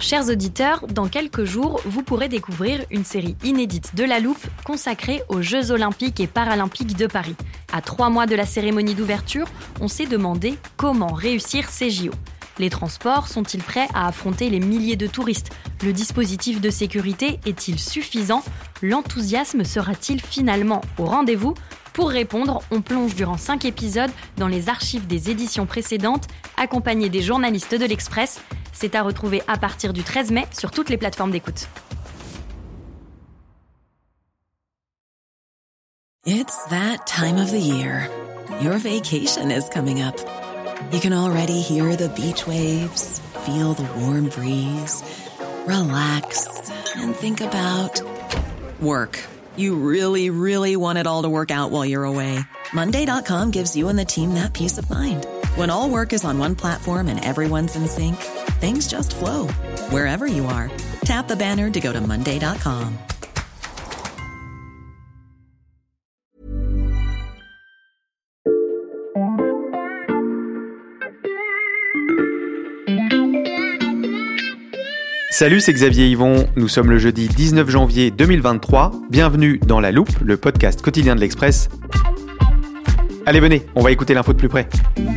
Chers auditeurs, dans quelques jours, vous pourrez découvrir une série inédite de La Loupe consacrée aux Jeux Olympiques et Paralympiques de Paris. À 3 mois de la cérémonie d'ouverture, on s'est demandé comment réussir ces JO. Les transports sont-ils prêts à affronter les milliers de touristes ? Le dispositif de sécurité est-il suffisant ? L'enthousiasme sera-t-il finalement au rendez-vous ? Pour répondre, on plonge durant 5 épisodes dans les archives des éditions précédentes, accompagnés des journalistes de l'Express. C'est à retrouver à partir du 13 mai sur toutes les plateformes d'écoute. It's that time of the year. Your vacation is coming up. You can already hear the beach waves, feel the warm breeze, relax, and think about work. You really, really want it all to work out while you're away. Monday.com gives you and the team that peace of mind. When all work is on one platform and everyone's in sync, things just flow. Wherever you are, tap the banner to go to Monday.com. Salut, c'est Xavier Yvon. Nous sommes le jeudi 19 janvier 2023. Bienvenue dans La Loupe, le podcast quotidien de l'Express. Allez, venez, on va écouter l'info de plus près.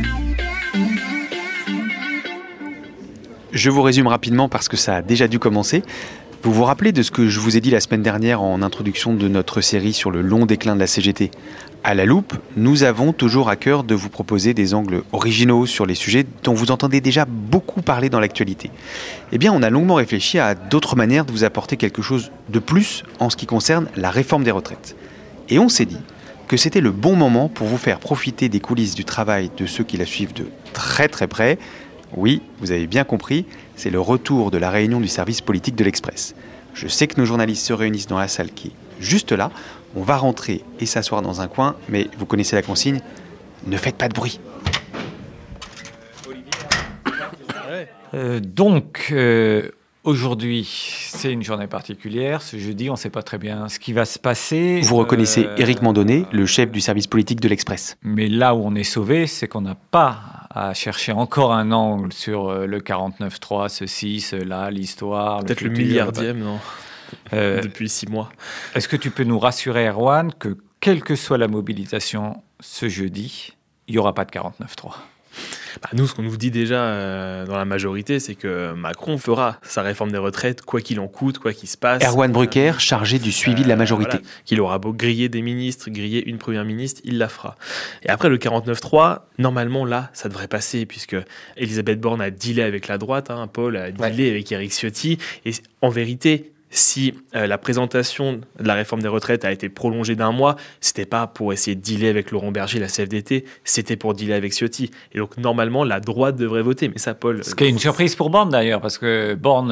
Je vous résume rapidement parce que ça a déjà dû commencer. Vous vous rappelez de ce que je vous ai dit la semaine dernière en introduction de notre série sur le long déclin de la CGT ? À La Loupe, nous avons toujours à cœur de vous proposer des angles originaux sur les sujets dont vous entendez déjà beaucoup parler dans l'actualité. Eh bien, on a longuement réfléchi à d'autres manières de vous apporter quelque chose de plus en ce qui concerne la réforme des retraites. Et on s'est dit que c'était le bon moment pour vous faire profiter des coulisses du travail de ceux qui la suivent de très très près. Oui, vous avez bien compris, c'est le retour de la réunion du service politique de l'Express. Je sais que nos journalistes se réunissent dans la salle qui est juste là. On va rentrer et s'asseoir dans un coin, mais vous connaissez la consigne, ne faites pas de bruit. Aujourd'hui, c'est une journée particulière. Ce jeudi, on ne sait pas très bien ce qui va se passer. Vous reconnaissez Éric Mandonnet, le chef du service politique de l'Express. Mais là où on est sauvé, c'est qu'on n'a pas à chercher encore un angle sur le 49.3, ceci, cela, l'histoire. Peut-être le milliardième, non depuis 6 mois. Est-ce que tu peux nous rassurer, Erwan, que quelle que soit la mobilisation ce jeudi, il n'y aura pas de 49.3 ? Nous, ce qu'on nous dit déjà dans la majorité, c'est que Macron fera sa réforme des retraites, quoi qu'il en coûte, quoi qu'il se passe. Erwan Brucker, chargé du suivi de la majorité. Voilà, qu'il aura beau griller des ministres, griller une première ministre, il la fera. Et après, le 49.3, normalement, là, ça devrait passer, puisque Elisabeth Borne a dealé avec la droite, Paul a dealé avec Éric Ciotti. Et en vérité, si la présentation de la réforme des retraites a été prolongée d'1 mois, c'était pas pour essayer de dealer avec Laurent Berger, la CFDT, c'était pour dealer avec Ciotti. Et donc, normalement, la droite devrait voter. Mais ça, Paul... Ce qui est une surprise pour Borne, d'ailleurs, parce que Borne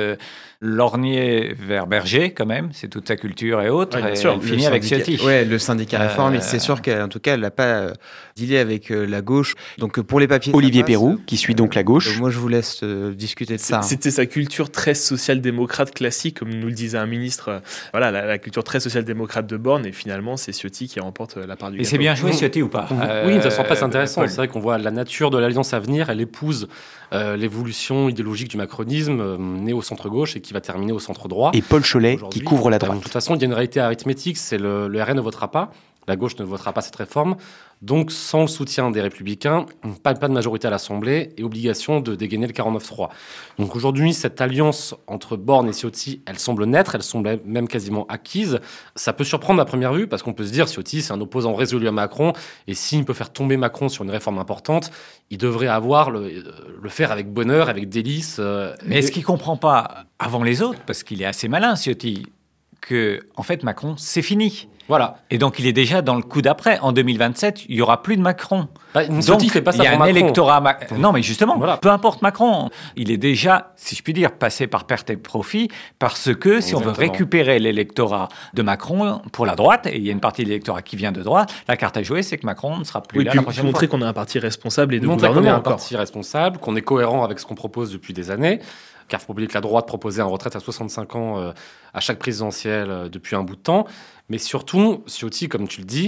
lorgnait vers Berger, quand même, c'est toute sa culture et autres, bien et sûr, elle finit avec Ciotti. Oui, le syndicat réformiste, c'est sûr qu'en tout cas, elle n'a pas dealé avec la gauche. Donc, pour les papiers... Olivier Perroux, qui suit donc la gauche. Moi, je vous laisse discuter de ça. C'était sa culture très social-démocrate classique, comme nous le disait un ministre. Voilà, la culture très social-démocrate de Borne, et finalement, c'est Ciotti qui remporte la part du gâteau. Et c'est bien joué, Ciotti, ou pas Oui, ça sent pas intéressant. Paul. C'est vrai qu'on voit la nature de l'alliance à venir. Elle épouse l'évolution idéologique du macronisme, né au centre-gauche et qui va terminer au centre-droit. Et Paul Cholet, qui couvre la droite. De toute façon, il y a une réalité arithmétique, c'est le RN ne votera pas, la gauche ne votera pas cette réforme. Donc, sans le soutien des Républicains, pas de majorité à l'Assemblée et obligation de dégainer le 49.3. Donc aujourd'hui, cette alliance entre Borne et Ciotti, elle semble naître, elle semble même quasiment acquise. Ça peut surprendre à première vue, parce qu'on peut se dire, Ciotti, c'est un opposant résolu à Macron, et s'il peut faire tomber Macron sur une réforme importante, il devrait avoir le faire avec bonheur, avec délice. Mais est-ce qu'il ne comprend pas, avant les autres, parce qu'il est assez malin, Ciotti, que, en fait, Macron, c'est fini. Voilà. Et donc, il est déjà dans le coup d'après. En 2027, il n'y aura plus de Macron. Donc, il fait pas ça il y a pour un Macron. électorat... Non, mais justement, voilà. Peu importe Macron. Il est déjà, si je puis dire, passé par perte et profit, parce que si on veut récupérer l'électorat de Macron pour la droite, et il y a une partie de l'électorat qui vient de droite, la carte à jouer, c'est que Macron ne sera plus là la prochaine fois. Montrer qu'on est un parti responsable et de montrer gouvernement qu'on est un encore. parti responsable, qu'on est cohérent avec ce qu'on propose depuis des années. Car il faut oublier que la droite proposait une retraite à 65 ans à chaque présidentielle depuis un bout de temps. Mais surtout, Ciotti, comme tu le dis,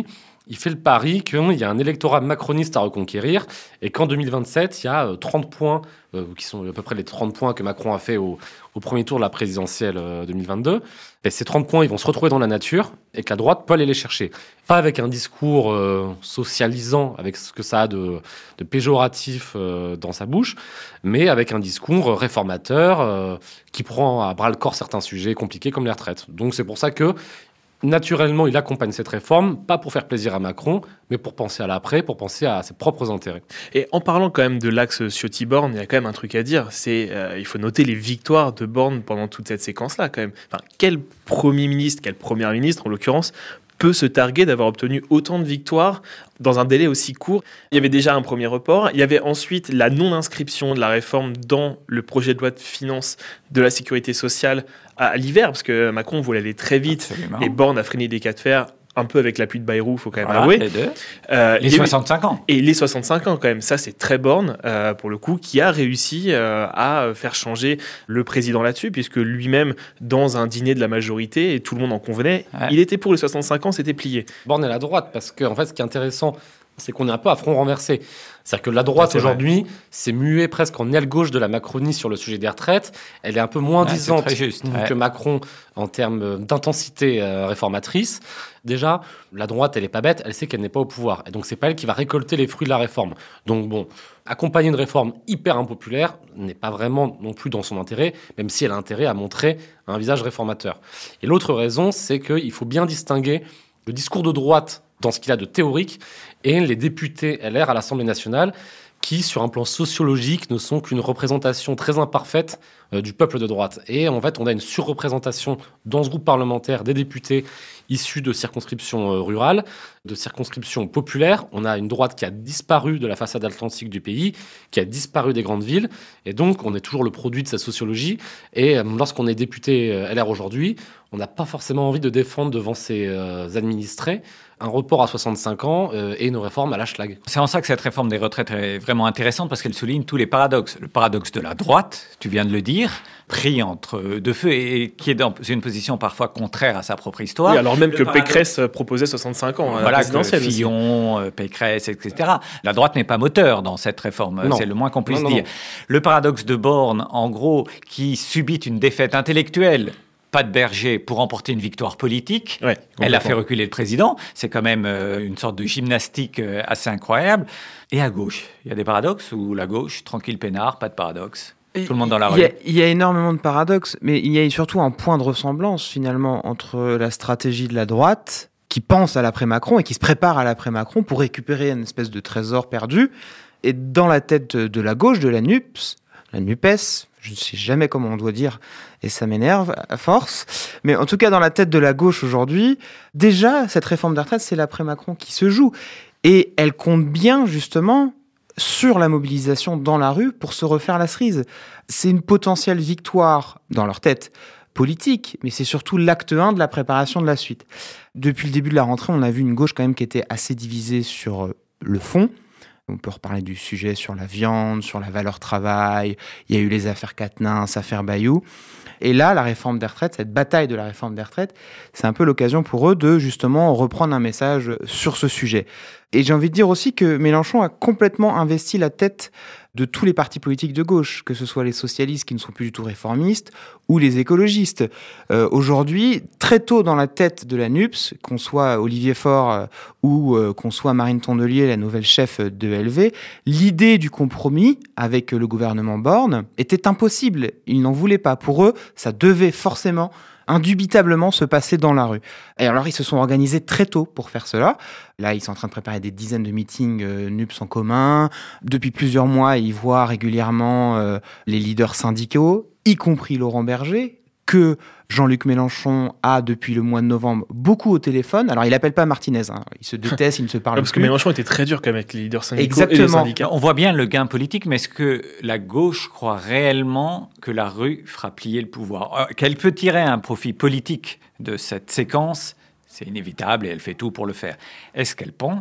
il fait le pari qu'il y a un électorat macroniste à reconquérir et qu'en 2027, il y a 30 points, qui sont à peu près les 30 points que Macron a fait au premier tour de la présidentielle 2022. Et ces 30 points, ils vont se retrouver dans la nature et que la droite peut aller les chercher. Pas avec un discours socialisant, avec ce que ça a de péjoratif dans sa bouche, mais avec un discours réformateur qui prend à bras-le-corps certains sujets compliqués comme les retraites. Donc c'est pour ça que naturellement, il accompagne cette réforme, pas pour faire plaisir à Macron, mais pour penser à l'après, pour penser à ses propres intérêts. Et en parlant quand même de l'axe Ciotti-Borne, il y a quand même un truc à dire, c'est il faut noter les victoires de Borne pendant toute cette séquence-là quand même. Enfin, quel Premier ministre, quelle Première ministre en l'occurrence, peut se targuer d'avoir obtenu autant de victoires dans un délai aussi court. Il y avait déjà un premier report, il y avait ensuite la non-inscription de la réforme dans le projet de loi de finances de la sécurité sociale à l'hiver, parce que Macron voulait aller très vite. Absolument. Et Borne a freiné des cas de fer, un peu avec l'appui de Bayrou, il faut quand même avouer. Les deux. Les 65 ans. Et les 65 ans quand même, ça c'est très Borne, pour le coup, qui a réussi à faire changer le président là-dessus, puisque lui-même, dans un dîner de la majorité, et tout le monde en convenait, il était pour les 65 ans, c'était plié. Borne est à la droite, parce que en fait, ce qui est intéressant, c'est qu'on est un peu à front renversé. C'est-à-dire que la droite, aujourd'hui, s'est muée presque en aile gauche de la Macronie sur le sujet des retraites. Elle est un peu moins disante que Macron en termes d'intensité réformatrice. Déjà, la droite, elle n'est pas bête, elle sait qu'elle n'est pas au pouvoir. Et donc, c'est pas elle qui va récolter les fruits de la réforme. Donc, bon, accompagner une réforme hyper impopulaire n'est pas vraiment non plus dans son intérêt, même si elle a intérêt à montrer un visage réformateur. Et l'autre raison, c'est qu'il faut bien distinguer le discours de droite dans ce qu'il a de théorique, et les députés LR à l'Assemblée nationale, qui, sur un plan sociologique, ne sont qu'une représentation très imparfaite du peuple de droite. Et en fait, on a une surreprésentation dans ce groupe parlementaire des députés issus de circonscriptions rurales, de circonscriptions populaires. On a une droite qui a disparu de la façade atlantique du pays, qui a disparu des grandes villes, et donc on est toujours le produit de sa sociologie. Et lorsqu'on est député LR aujourd'hui, on n'a pas forcément envie de défendre devant ses administrés un report à 65 ans et une réforme à la Schlag. C'est en ça que cette réforme des retraites est vraiment intéressante, parce qu'elle souligne tous les paradoxes. Le paradoxe de la droite, tu viens de le dire, pris entre deux feux et qui est dans une position parfois contraire à sa propre histoire. Oui, alors même que Pécresse proposait 65 ans à la présidentielle. Fillon, Pécresse, etc. La droite n'est pas moteur dans cette réforme, c'est le moins qu'on puisse dire. Le paradoxe de Borne, en gros, qui subit une défaite intellectuelle, pas de Berger, pour remporter une victoire politique. Elle a fait reculer le président. C'est quand même une sorte de gymnastique assez incroyable. Et à gauche, il y a des paradoxes, ou la gauche, tranquille peinard, pas de paradoxe. Tout le monde dans la rue. Il y a énormément de paradoxes, mais il y a surtout un point de ressemblance finalement entre la stratégie de la droite, qui pense à l'après-Macron et qui se prépare à l'après-Macron pour récupérer une espèce de trésor perdu, et dans la tête de la gauche, de la NUPES, je ne sais jamais comment on doit dire, et ça m'énerve à force, mais en tout cas dans la tête de la gauche aujourd'hui, déjà cette réforme des retraites, c'est l'après-Macron qui se joue, et elle compte bien justement sur la mobilisation dans la rue pour se refaire la cerise. C'est une potentielle victoire dans leur tête politique, mais c'est surtout l'acte 1 de la préparation de la suite. Depuis le début de la rentrée, on a vu une gauche quand même qui était assez divisée sur le fond. On peut reparler du sujet sur la viande, sur la valeur travail. Il y a eu les affaires Quatennens, affaires Bayou. Et là, la réforme des retraites, cette bataille de la réforme des retraites, c'est un peu l'occasion pour eux de justement reprendre un message sur ce sujet. Et j'ai envie de dire aussi que Mélenchon a complètement investi la tête de tous les partis politiques de gauche, que ce soit les socialistes qui ne sont plus du tout réformistes ou les écologistes. Aujourd'hui, très tôt dans la tête de la NUPES, qu'on soit Olivier Faure ou qu'on soit Marine Tondelier, la nouvelle chef de LV, l'idée du compromis avec le gouvernement Borne était impossible. Ils n'en voulaient pas. Pour eux, ça devait forcément, indubitablement, se passer dans la rue. Et alors, ils se sont organisés très tôt pour faire cela. Là, ils sont en train de préparer des dizaines de meetings NUPES en commun. Depuis plusieurs mois, ils voient régulièrement les leaders syndicaux, y compris Laurent Berger, que Jean-Luc Mélenchon a, depuis le mois de novembre, beaucoup au téléphone. Alors, il n'appelle pas Martinez. Ils se détestent, ils ne se parlent plus. Parce que Mélenchon était très dur quand même avec les leaders syndicaux. Exactement. Et les syndicats. On voit bien le gain politique, mais est-ce que la gauche croit réellement que la rue fera plier le pouvoir ? Qu'elle peut tirer un profit politique de cette séquence, c'est inévitable et elle fait tout pour le faire. Est-ce qu'elle pense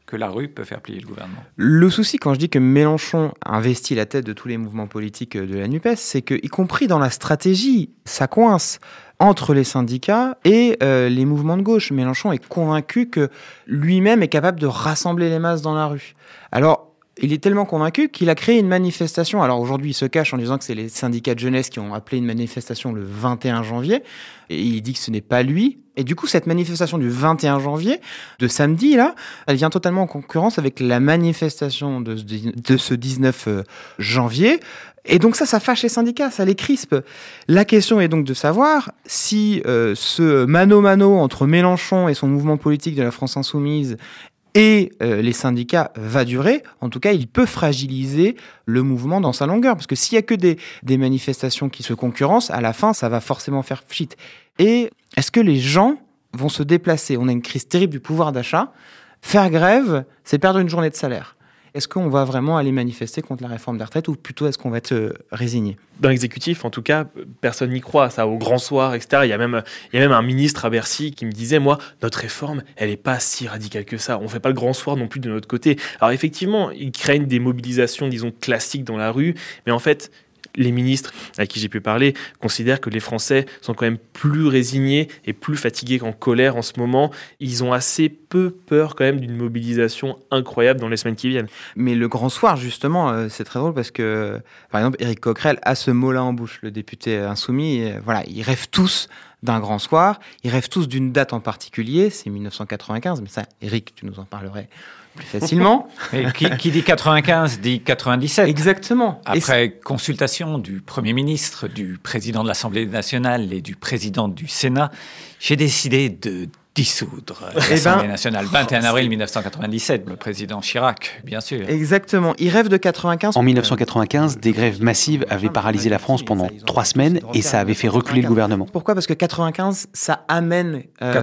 que la rue peut faire plier le gouvernement. Le souci, quand je dis que Mélenchon investit la tête de tous les mouvements politiques de la NUPES, c'est que, y compris dans la stratégie, ça coince entre les syndicats et les mouvements de gauche. Mélenchon est convaincu que lui-même est capable de rassembler les masses dans la rue. Alors, il est tellement convaincu qu'il a créé une manifestation. Alors aujourd'hui, il se cache en disant que c'est les syndicats de jeunesse qui ont appelé une manifestation le 21 janvier. Et il dit que ce n'est pas lui. Et du coup, cette manifestation du 21 janvier, de samedi, là, elle vient totalement en concurrence avec la manifestation de ce 19 janvier. Et donc ça fâche les syndicats, ça les crispe. La question est donc de savoir si ce mano-mano entre Mélenchon et son mouvement politique de la France Insoumise et les syndicats va durer. En tout cas, il peut fragiliser le mouvement dans sa longueur. Parce que s'il n'y a que des manifestations qui se concurrencent, à la fin, ça va forcément faire pchit. Et est-ce que les gens vont se déplacer ? On a une crise terrible du pouvoir d'achat. Faire grève, c'est perdre une journée de salaire. Est-ce qu'on va vraiment aller manifester contre la réforme des retraites ou plutôt est-ce qu'on va être résigné ? Dans l'exécutif, en tout cas, personne n'y croit. Ça, au grand soir, etc. Il y a même un ministre à Bercy qui me disait, moi, notre réforme, elle n'est pas si radicale que ça. On ne fait pas le grand soir non plus de notre côté. Alors effectivement, ils craignent des mobilisations, disons, classiques dans la rue. Mais en fait, les ministres à qui j'ai pu parler considèrent que les Français sont quand même plus résignés et plus fatigués qu'en colère en ce moment. Ils ont assez peu peur quand même d'une mobilisation incroyable dans les semaines qui viennent. Mais le grand soir, justement, c'est très drôle parce que, par exemple, Éric Coquerel a ce mot-là en bouche, le député insoumis. Et, voilà, ils rêvent tous d'un grand soir, ils rêvent tous d'une date en particulier, c'est 1995, mais ça, Éric, tu nous en parlerais plus facilement. Et qui dit 95 dit 97. Exactement. Après consultation du Premier ministre, du président de l'Assemblée nationale et du président du Sénat, j'ai décidé de dissoudre l'Assemblée nationale. 21 avril 1997, le président Chirac, bien sûr. Exactement. Il rêve de 95. En 1995, des grèves massives avaient paralysé la France pendant 3 semaines et ça avait fait reculer le gouvernement. Pourquoi ? Parce que 95, ça amène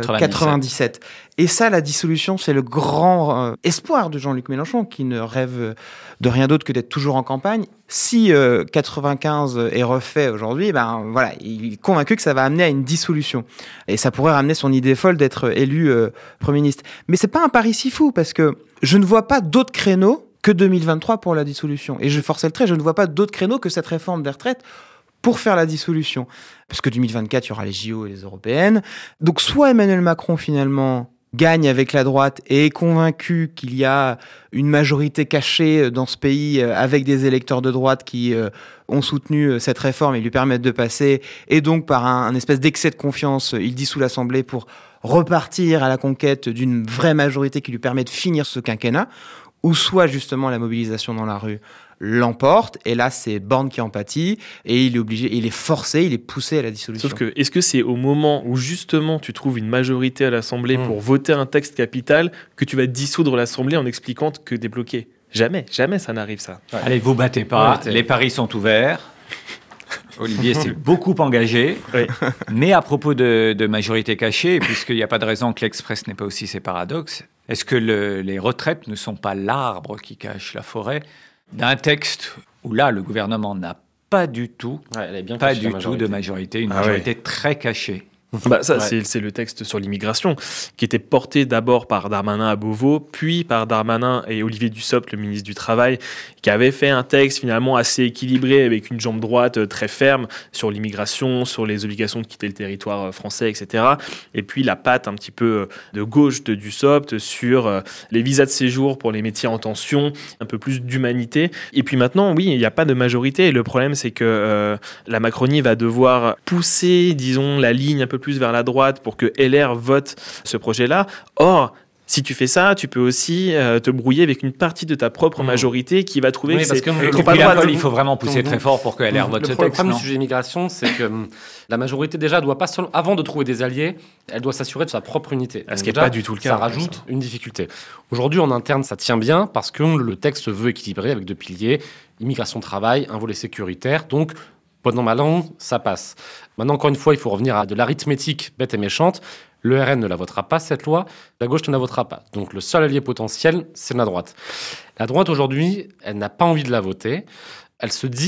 97. Et ça, la dissolution, c'est le grand espoir de Jean-Luc Mélenchon, qui ne rêve de rien d'autre que d'être toujours en campagne. Si 95 est refait aujourd'hui, ben voilà, il est convaincu que ça va amener à une dissolution. Et ça pourrait ramener son idée folle d'être élu Premier ministre. Mais c'est pas un pari si fou, parce que je ne vois pas d'autres créneaux que 2023 pour la dissolution. Et je forçais le trait, je ne vois pas d'autres créneaux que cette réforme des retraites pour faire la dissolution. Parce que 2024, il y aura les JO et les européennes. Donc soit Emmanuel Macron, finalement, gagne avec la droite et est convaincu qu'il y a une majorité cachée dans ce pays avec des électeurs de droite qui ont soutenu cette réforme et lui permettent de passer. Et donc, par un espèce d'excès de confiance, il dissout l'Assemblée pour repartir à la conquête d'une vraie majorité qui lui permet de finir ce quinquennat. Ou soit, justement, la mobilisation dans la rue l'emporte, et là c'est Borne qui en pâtit, et il est obligé, il est forcé, il est poussé à la dissolution. Sauf que, est-ce que c'est au moment où justement tu trouves une majorité à l'Assemblée pour voter un texte capital que tu vas dissoudre l'Assemblée en expliquant que t'es bloqué ? Jamais ça n'arrive ça. Ouais. Allez, vous battez pas, les paris sont ouverts. Olivier s'est beaucoup engagé, oui. Mais à propos de majorité cachée, puisqu'il n'y a pas de raison que l'Express n'ait pas aussi ses paradoxes, est-ce que les retraites ne sont pas l'arbre qui cache la forêt d'un texte où là, le gouvernement n'a pas du tout, de majorité, une majorité très cachée. C'est le texte sur l'immigration qui était porté d'abord par Darmanin à Beauvau, puis par Darmanin et Olivier Dussopt, le ministre du Travail, qui avait fait un texte finalement assez équilibré avec une jambe droite très ferme sur l'immigration, sur les obligations de quitter le territoire français, etc. Et puis la patte un petit peu de gauche de Dussopt sur les visas de séjour pour les métiers en tension, un peu plus d'humanité. Et puis maintenant, oui, il n'y a pas de majorité. Et le problème, c'est que la Macronie va devoir pousser, disons, la ligne un peu plus vers la droite pour que LR vote ce projet-là. Or, si tu fais ça, tu peux aussi te brouiller avec une partie de ta propre majorité qui va trouver que c'est trop à droite. Il faut vraiment pousser très fort pour que LR vote ce texte. Le problème du sujet immigration, c'est que la majorité déjà doit pas seulement, avant de trouver des alliés, elle doit s'assurer de sa propre unité. Ce qui n'est pas du tout le cas. Ça rajoute une difficulté. Aujourd'hui, en interne, ça tient bien parce que le texte se veut équilibré avec 2 piliers, immigration-travail, un volet sécuritaire. Donc, bon an, mal an, ça passe. Maintenant, encore une fois, il faut revenir à de l'arithmétique bête et méchante. Le RN ne la votera pas, cette loi. La gauche ne la votera pas. Donc, le seul allié potentiel, c'est la droite. La droite, aujourd'hui, elle n'a pas envie de la voter. Elle se dit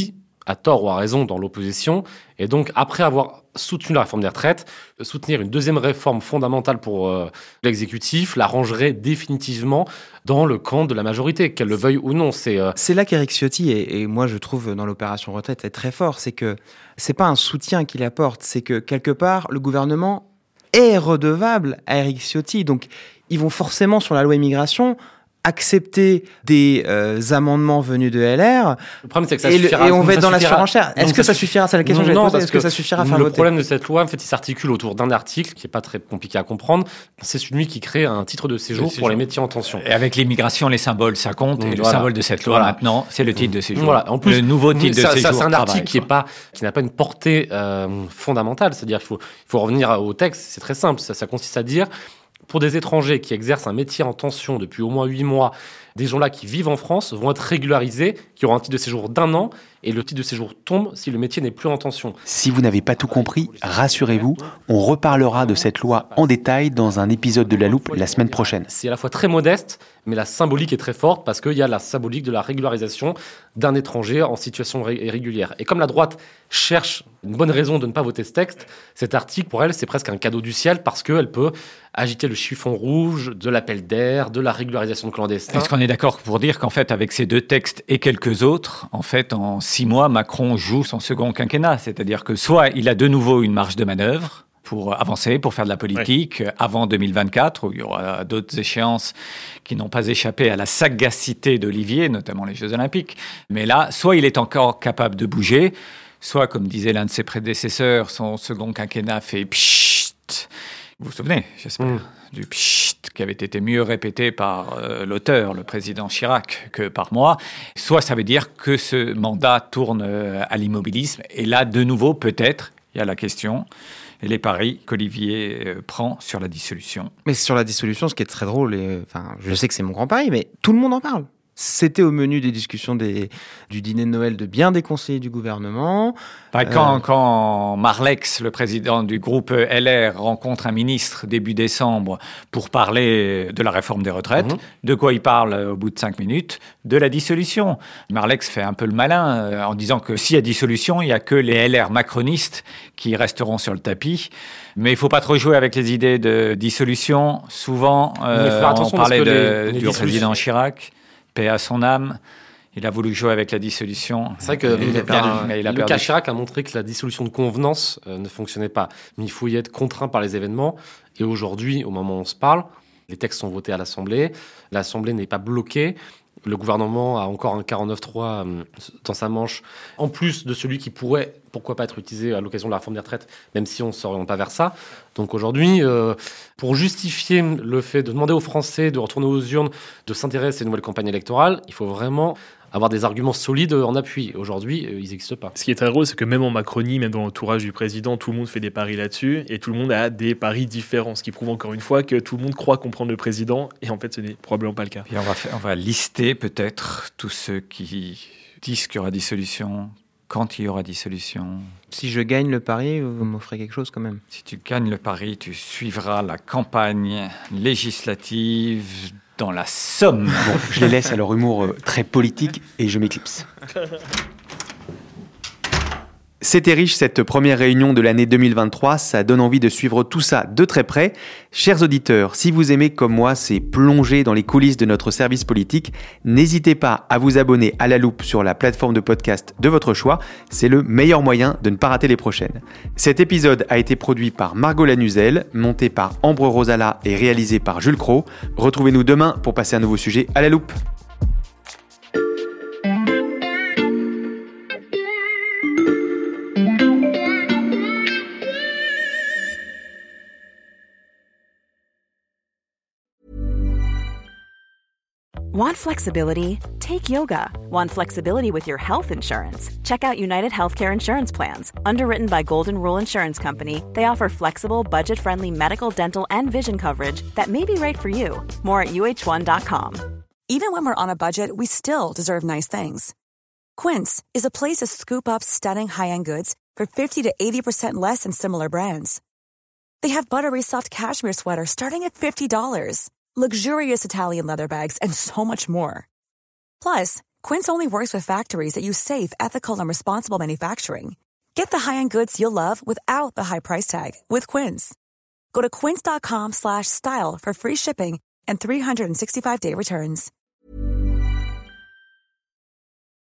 à tort ou à raison dans l'opposition. Et donc, après avoir soutenu la réforme des retraites, soutenir une deuxième réforme fondamentale pour l'exécutif la rangerait définitivement dans le camp de la majorité, qu'elle le veuille ou non. C'est là qu'Éric Ciotti, et moi je trouve dans l'opération retraite, est très fort. C'est que c'est pas un soutien qu'il apporte, c'est que quelque part, le gouvernement est redevable à Éric Ciotti. Donc, ils vont forcément, sur la loi immigration, accepter des amendements venus de LR. Le problème, c'est que ça suffira. Et on va être dans la surenchère. Est-ce que ça suffira? C'est la question que j'avais posée. Est-ce que ça suffira à faire voter? Le problème de cette loi, en fait, il s'articule autour d'un article qui n'est pas très compliqué à comprendre. C'est celui qui crée un titre de séjour pour les métiers en tension. Et avec l'immigration, les symboles, ça compte. Et le symbole de cette loi, maintenant, c'est le titre de séjour. Voilà. En plus, le nouveau titre de séjour. C'est un article qui n'a pas une portée fondamentale. C'est-à-dire qu'il faut revenir au texte. C'est très simple. Ça consiste à dire, pour des étrangers qui exercent un métier en tension depuis au moins 8 mois, des gens-là qui vivent en France vont être régularisés, qui auront un titre de séjour d'1 an, et le titre de séjour tombe si le métier n'est plus en tension. Si vous n'avez pas tout compris, rassurez-vous, on reparlera de cette loi en détail dans un épisode de La Loupe la semaine prochaine. C'est à la fois très modeste, mais la symbolique est très forte parce qu'il y a la symbolique de la régularisation d'un étranger en situation irrégulière. Et comme la droite cherche une bonne raison de ne pas voter ce texte, cet article, pour elle, c'est presque un cadeau du ciel parce qu'elle peut agiter le chiffon rouge de l'appel d'air, de la régularisation de clandestins. Est-ce qu'on est d'accord pour dire qu'en fait, avec ces 2 textes et quelques autres, en fait, en 6 mois, Macron joue son second quinquennat? C'est-à-dire que soit il a de nouveau une marge de manœuvre pour avancer, pour faire de la politique avant 2024, où il y aura d'autres échéances qui n'ont pas échappé à la sagacité d'Olivier, notamment les Jeux Olympiques. Mais là, soit il est encore capable de bouger, soit, comme disait l'un de ses prédécesseurs, son second quinquennat fait pchit. Vous vous souvenez, j'espère, du pchit qui avait été mieux répété par l'auteur, le président Chirac, que par moi. Soit ça veut dire que ce mandat tourne à l'immobilisme. Et là, de nouveau, peut-être, il y a la question et les paris qu'Olivier prend sur la dissolution. Mais sur la dissolution, ce qui est très drôle, je sais que c'est mon grand pari, mais tout le monde en parle. C'était au menu des discussions du dîner de Noël de bien des conseillers du gouvernement. Quand Marlex, le président du groupe LR, rencontre un ministre début décembre pour parler de la réforme des retraites, de quoi il parle au bout de 5 minutes? De la dissolution. Marlex fait un peu le malin en disant que s'il y a dissolution, il n'y a que les LR macronistes qui resteront sur le tapis. Mais il ne faut pas trop jouer avec les idées de dissolution. Souvent, on parlait du président Chirac. Paix à son âme, il a voulu jouer avec la dissolution. C'est vrai que le cas Chirac a montré que la dissolution de convenance ne fonctionnait pas. Mais il faut y être contraint par les événements. Et aujourd'hui, au moment où on se parle, les textes sont votés à l'Assemblée. L'Assemblée n'est pas bloquée. Le gouvernement a encore un 49.3 dans sa manche, en plus de celui qui pourrait, pourquoi pas, être utilisé à l'occasion de la réforme des retraites, même si on ne s'oriente pas vers ça. Donc aujourd'hui, pour justifier le fait de demander aux Français de retourner aux urnes, de s'intéresser à ces nouvelles campagnes électorales, il faut vraiment avoir des arguments solides en appui. Aujourd'hui, ils n'existent pas. Ce qui est très drôle, c'est que même en Macronie, même dans l'entourage du président, tout le monde fait des paris là-dessus et tout le monde a des paris différents, ce qui prouve encore une fois que tout le monde croit comprendre le président et en fait, ce n'est probablement pas le cas. Et on va lister peut-être tous ceux qui disent qu'il y aura dissolution, quand il y aura dissolution. Si je gagne le pari, vous m'offrez quelque chose quand même. Si tu gagnes le pari, tu suivras la campagne législative dans la Somme. Bon, je les laisse à leur humour très politique et je m'éclipse. C'était riche cette première réunion de l'année 2023, ça donne envie de suivre tout ça de très près. Chers auditeurs, si vous aimez comme moi ces plongées dans les coulisses de notre service politique, n'hésitez pas à vous abonner à La Loupe sur la plateforme de podcast de votre choix, c'est le meilleur moyen de ne pas rater les prochaines. Cet épisode a été produit par Margot Lanuzel, monté par Ambre Rosala et réalisé par Jules Cros. Retrouvez-nous demain pour passer un nouveau sujet à La Loupe. Want flexibility? Take yoga. Want flexibility with your health insurance? Check out United Healthcare Insurance Plans. Underwritten by Golden Rule Insurance Company, they offer flexible, budget-friendly medical, dental, and vision coverage that may be right for you. More at uh1.com. Even when we're on a budget, we still deserve nice things. Quince is a place to scoop up stunning high-end goods for 50 to 80% less than similar brands. They have buttery soft cashmere sweaters starting at $50, luxurious Italian leather bags, and so much more. Plus, Quince only works with factories that use safe, ethical, and responsible manufacturing. Get the high-end goods you'll love without the high price tag with Quince. Go to quince.com/style for free shipping and 365-day returns.